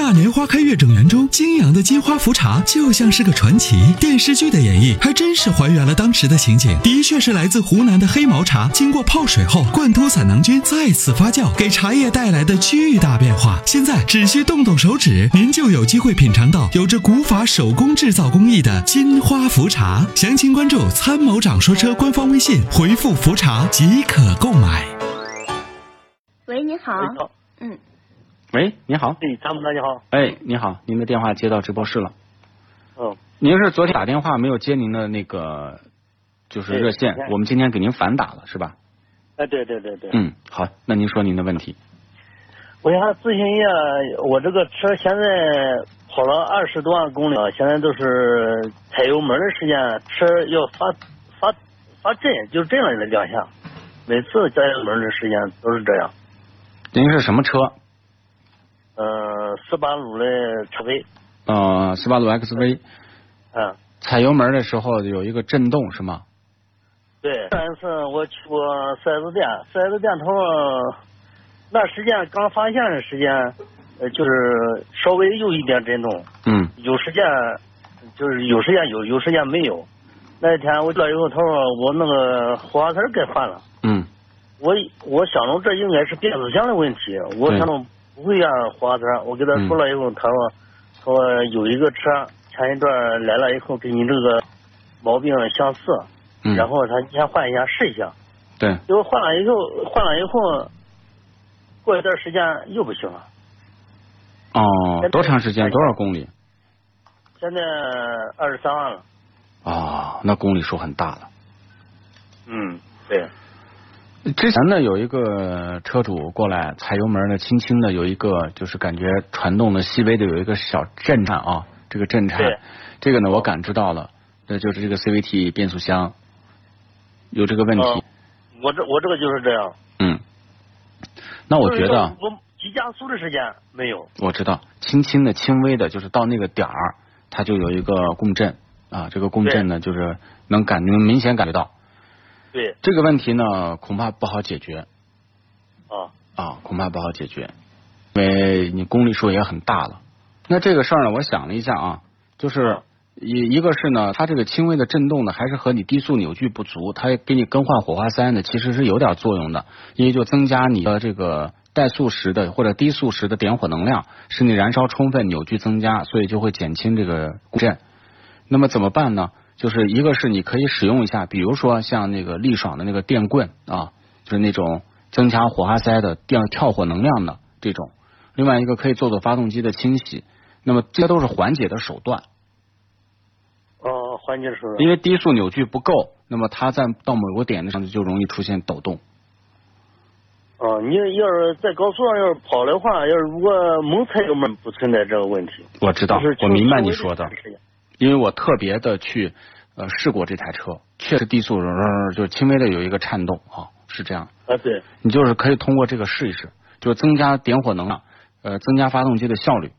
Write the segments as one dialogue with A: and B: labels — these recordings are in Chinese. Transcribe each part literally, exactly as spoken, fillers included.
A: 大年花开月正圆中，泾阳的金花茯茶就像是个传奇。电视剧的演绎还真是还原了当时的情景，的确是来自湖南的黑毛茶，经过泡水后，灌突散囊菌再次发酵，给茶叶带来的巨大变化。现在只需动动手指，您就有机会品尝到有着古法手工制造工艺的金花茯茶。详情关注参谋长说车官方微信，回复茯茶即可购买。
B: 喂，你好。
C: 喂，好
B: 嗯。
D: 喂，你好。
C: 对，参谋长你好。
D: 哎，你好，您的电话接到直播室了。
C: 嗯。
D: 您是昨天打电话没有接您的那个就是热线，我们今天给您反打了是吧？
C: 哎，对对对对。
D: 嗯，好，那您说您的问题。
C: 我想咨询一下，我这个车现在跑了二十多万公里了，现在都是踩油门的时间，车要发发发震，就震了两下，每次踩油门的时间都是这样。
D: 您是什么车？
C: 呃，斯巴鲁的车威。
D: 呃，斯巴鲁 X V。
C: 嗯。
D: 踩油门的时候有一个震动是吗？
C: 对，上一次我去过四 S 店，四 S 店头那时间刚发现的时间，呃，就是稍微有一点震动。
D: 嗯。
C: 有时间就是有时间有，有时间没有。那天我到以后，他说我那个火花塞该换了。
D: 嗯。
C: 我我想着这应该是变速箱的问题，我想着不会让火花塞。我给他说了以后，嗯、他说说有一个车前一段来了以后跟你这个毛病相似，
D: 嗯、
C: 然后他先换一下试一下。
D: 对。
C: 结果换了以后，换了以后，过一段时间又不行了。
D: 哦，多长时间？多少公里？
C: 现在二十三万了。
D: 哦，那公里数很大了。
C: 嗯，对。
D: 之前呢，有一个车主过来踩油门呢，轻轻的有一个就是感觉传动的细微的有一个小震颤啊，这个震颤，这个呢我感知到了，这就是这个 C V T 变速箱有这个问题。
C: 哦、我这我这个就是这样。
D: 嗯。那我觉得
C: 我急加速的时间没有。
D: 我知道，轻轻的、轻微的，就是到那个点儿，它就有一个共振啊，这个共振呢，就是能感能明显感觉到。
C: 对。
D: 这个问题呢，恐怕不好解决。
C: 啊。
D: 啊，恐怕不好解决，因为你公里数也很大了。那这个事儿呢，我想了一下啊，就是一一个是呢，它这个轻微的震动呢，还是和你低速扭矩不足，它给你更换火花塞呢，其实是有点作用的，因为就增加你的这个怠速时的或者低速时的点火能量，使你燃烧充分，扭矩增加，所以就会减轻这个共振。那么怎么办呢？就是一个是你可以使用一下，比如说像那个力爽的那个电棍啊，就是那种增加火花塞的电跳火能量的这种。另外一个可以做做发动机的清洗，那么这都是缓解的手段。
C: 哦，缓解手段。
D: 因为低速扭矩不够，那么它在到某个点上就容易出现抖动。
C: 哦，你要是在高速上要是跑的话，要是如果猛踩油门不存在这个问题。
D: 我知道，
C: 就是、
D: 我明白你说的，因为我特别的去呃试过这台车，确实低速就是轻微的有一个颤动啊，是这样。
C: 啊，对。
D: 你就是可以通过这个试一试，就增加点火能量，呃，增加发动机的效率。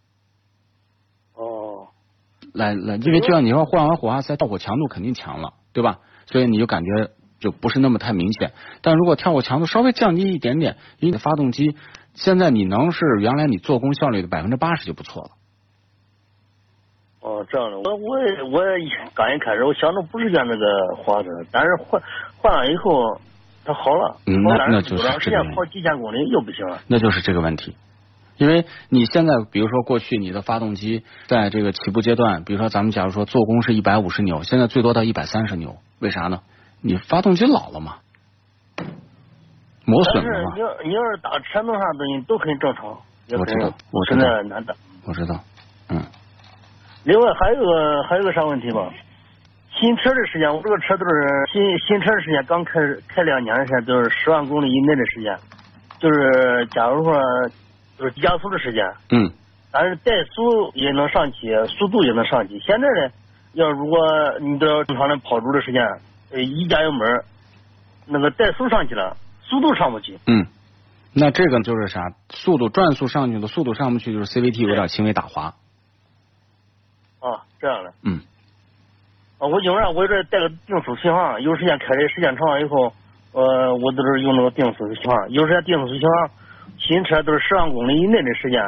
C: 哦。
D: 来来，因为就像你说换完火花塞，跳火强度肯定强了，对吧？所以你就感觉就不是那么太明显。但如果跳火强度稍微降低一点点，因为你的发动机现在你能是原来你做工效率的百分之八十就不错了。
C: 哦，这样的，我我也我也刚一开始我想着不是原那个火花塞，但是换换了以后它好了。
D: 嗯，那那就是
C: 这个。跑几千公里又不行了。
D: 那就是这个问题。因为你现在比如说过去你的发动机在这个起步阶段，比如说咱们假如说做工是一百五十牛，现在最多到一百三十牛，为啥呢？你发动机老了嘛，磨损了嘛。
C: 但是你要你要是打传动上东西都很正常。
D: 我知道，我知道。
C: 现在难打。
D: 我知道，嗯。
C: 另外还有个还有个啥问题吧？新车的时间，我这个车都是新新车的时间，刚开开两年的时间都是十万公里以内的时间，就是假如说就是加速的时间，
D: 嗯，
C: 但是怠速也能上去，速度也能上去。现在呢，要如果你都要正常的跑住的时间，呃，一加油门，那个怠速上去了，速度上不去。
D: 嗯，那这个就是啥？速度转速上去的速度上不去，就是 C V T 有点轻微打滑。
C: 啊，这样的。
D: 嗯。
C: 啊，我因为我这带个定速巡航，有时间开的时间长了以后，呃，我都是用那个定速巡航。有时间定速巡航，新车都是十万公里以内的时间，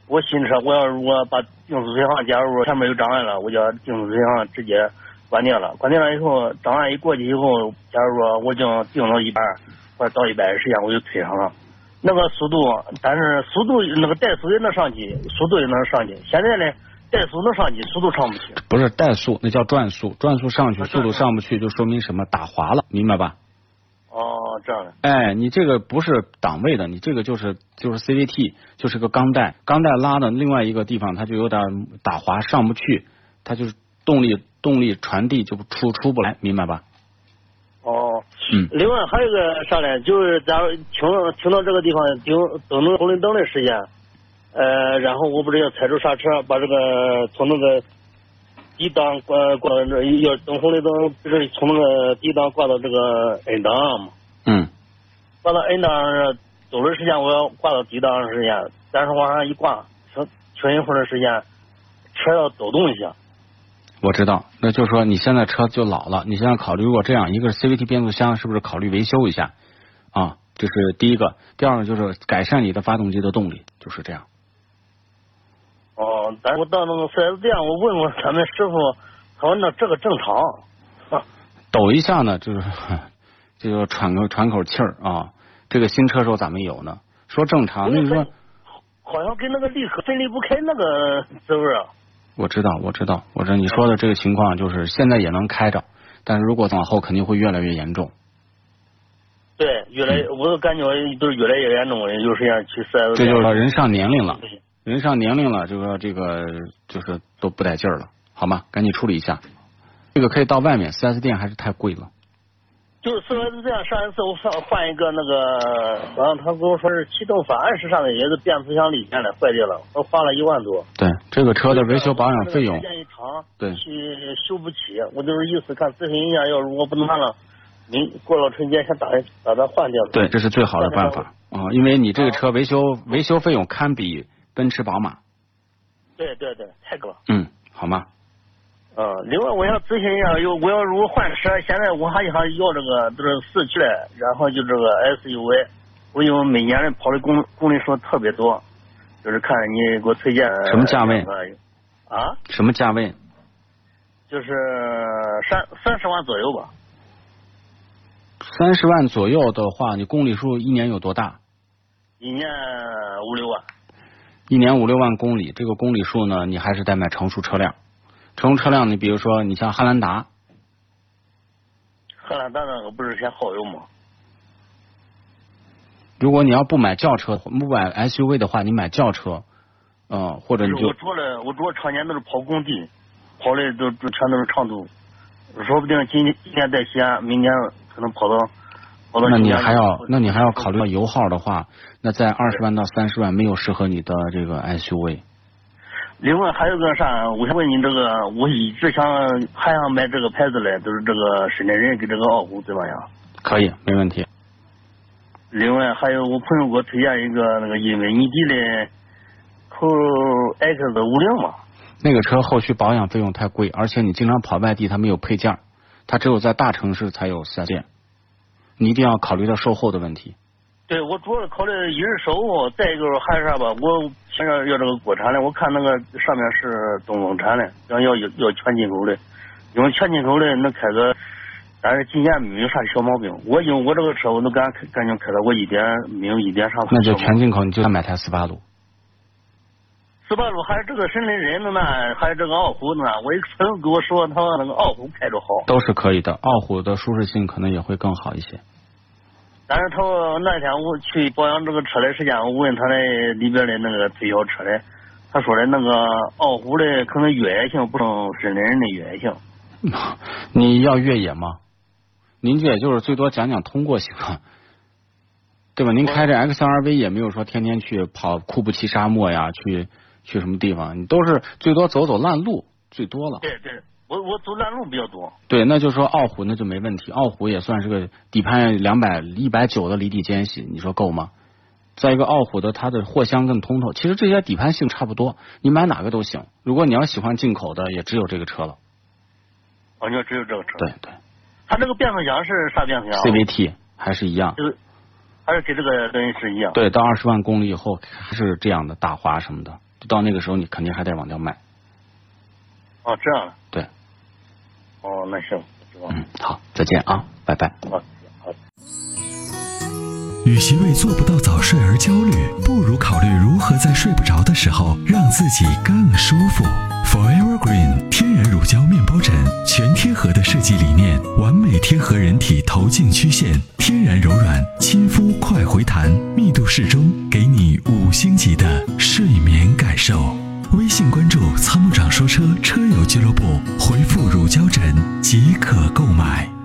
C: 我新车我要如果把定速巡航，假如说前面有障碍了，我就要定速巡航直接关掉了，关掉了以后，障碍一过去以后，假如说我就定到一百或者到一百二十下，我就推上了。那个速度，但是速度那个怠速也能上去，速度也能上去。现在呢，怠速能上去，速度上不去。
D: 不是怠速，那叫转速，转速上去，速度上不去，就说明什么？打滑了，明白吧？
C: 哦，这样的。
D: 哎，你这个不是档位的，你这个就是就是 C V T， 就是个钢带，钢带拉的另外一个地方，它就有点打滑，上不去，它就是动力动力传递就出出不来，明白吧？
C: 哦，
D: 嗯。
C: 另外还有个啥呢？就是假如停停到这个地方，停等等红绿灯的时间，呃，然后我不是要踩住刹车，把这个从那个低档挂挂到这，要等红绿灯，不是从那个低档挂到这个 N 档嘛？
D: 嗯。
C: 挂到 N 档走的时间，我要挂到低档的时间，但是往上一挂，停停一会儿的时间，车要抖动一下。
D: 我知道，那就是说你现在车就老了，你现在考虑如果这样，一个是 C V T 变速箱，是不是考虑维修一下啊？这是第一个，第二个就是改善你的发动机的动力，就是这样。
C: 哦，但是我到那个四 S 店，我问过他们师傅，他说那这个正常。啊、
D: 抖一下呢，就是这就喘个喘口气儿啊。这个新车时候咋没有呢？说正常，那你说
C: 好像跟那个离合分离不开那个滋味啊。
D: 我知道，我知道，我知道你说的这个情况，就是现在也能开着，但是如果往后肯定会越来越严重。
C: 对，越来、嗯、我感觉都是越来越严重了，有时间去四 S 店。
D: 这就是人上年龄了，人上年龄了，这个这个就是都不带劲儿了，好吗？赶紧处理一下。这个可以到外面，四 S 店还是太贵了。
C: 就是四 S 店上一次我换换一个那个，好像他跟我说是启动方案是啥的，也是变速箱里面的坏掉了，我花了一万多。
D: 对，这个车的维修保养费用，
C: 时间一长，
D: 对，
C: 去修不起。我就是意思看咨询一下，要如果不能换了，明过了春节先打把它换掉。
D: 对，这是最好的办法啊、哦，因为你这个车维修、啊、维修费用堪比奔驰、宝马。
C: 对对对，太高。
D: 嗯，好吗？
C: 嗯，另外我要咨询一下，有我要如果换车，现在我还想要这个都是四驱的，然后就这个 S U V， 我因为每年的跑的公公里数特别多，就是看你给我推荐
D: 什么价位
C: 啊？
D: 什么价位？
C: 就是三三十万左右吧。
D: 三十万左右的话，你公里数一年有多大？
C: 一年五六万。
D: 一年五六万公里，这个公里数呢，你还是得买成熟车辆。成熟车辆，你比如说，你像汉兰达，
C: 汉兰达那个不是偏耗油吗？
D: 如果你要不买轿车，不买 S U V 的话，你买轿车，嗯、呃，或者你就
C: 我主要我主要常年都是跑工地，跑的都全都是长途，说不定今今年在西安，明年可能跑到跑到。
D: 那你还要，那你还要考虑到油耗的话，那在二十万到三十万没有适合你的这个 S U V。
C: 另外还有个啥，我想问你这个，我一直想还想买这个牌子嘞，都是这个深圳人跟这个傲虎怎么样？
D: 可以，没问题。
C: 另外还有我朋友给我推荐一个那个英菲尼迪的 Q X 五零嘛。
D: 那个车后续保养费用太贵，而且你经常跑外地，它没有配件，它只有在大城市才有四 S 店，你一定要考虑到售后的问题。
C: 对，我主要考虑一是售后，再一个还是啥吧，我想要要这个国产的，我看那个上面是东风产的，要要要全进口的，因为全进口的能开个，但是今年没有啥小毛病。我因为我这个车我都感感觉开了，我一点没有一点啥。
D: 那就全进口，你就想买台斯巴鲁。
C: 斯巴鲁还是这个深圳人的呢，还是这个傲虎的呢？我一个朋友跟我说，他说那个傲虎开着好。
D: 都是可以的，傲虎的舒适性可能也会更好一些。
C: 但是他说那天我去保养这个车的时间，我问他的里边的那个推销车的，他说的那个傲虎的可能越野性不如深圳人的越野性。
D: 你要越野吗？您这也就是最多讲讲通过性啊，对吧？您开着 X R V 也没有说天天去跑库布齐沙漠呀，去去什么地方，你都是最多走走烂路，最多了。
C: 对对。我我走烂路比较多，
D: 对，那就说傲虎那就没问题，傲虎也算是个底盘两百一百九的离地间隙，你说够吗？再一个傲虎的它的货箱更通透，其实这些底盘性差不多，你买哪个都行。如果你要喜欢进口的，也只有这个车了。
C: 哦，你说只有这个车？
D: 对对。
C: 它这个变速箱是啥变速箱
D: ？C V T 还是一样？
C: 就是还是跟这个等于是一样。
D: 对，到二十万公里以后还是这样的打滑什么的， 到那个时候你肯定还得往掉卖。
C: 哦，这样。
D: 对。
C: 哦，那行，知道了。
D: 嗯，好，再见啊，拜拜。
C: 好，好。
A: 与其为做不到早睡而焦虑，不如考虑如何在睡不着的时候让自己更舒服。Forever Green 天然乳胶面包枕，全贴合的设计理念，完美贴合人体头颈曲线，天然柔软，亲肤快回弹，密度适中，给你五星级的睡眠感受。微信关注参谋长说车车友俱乐部，回复乳胶枕即可购买。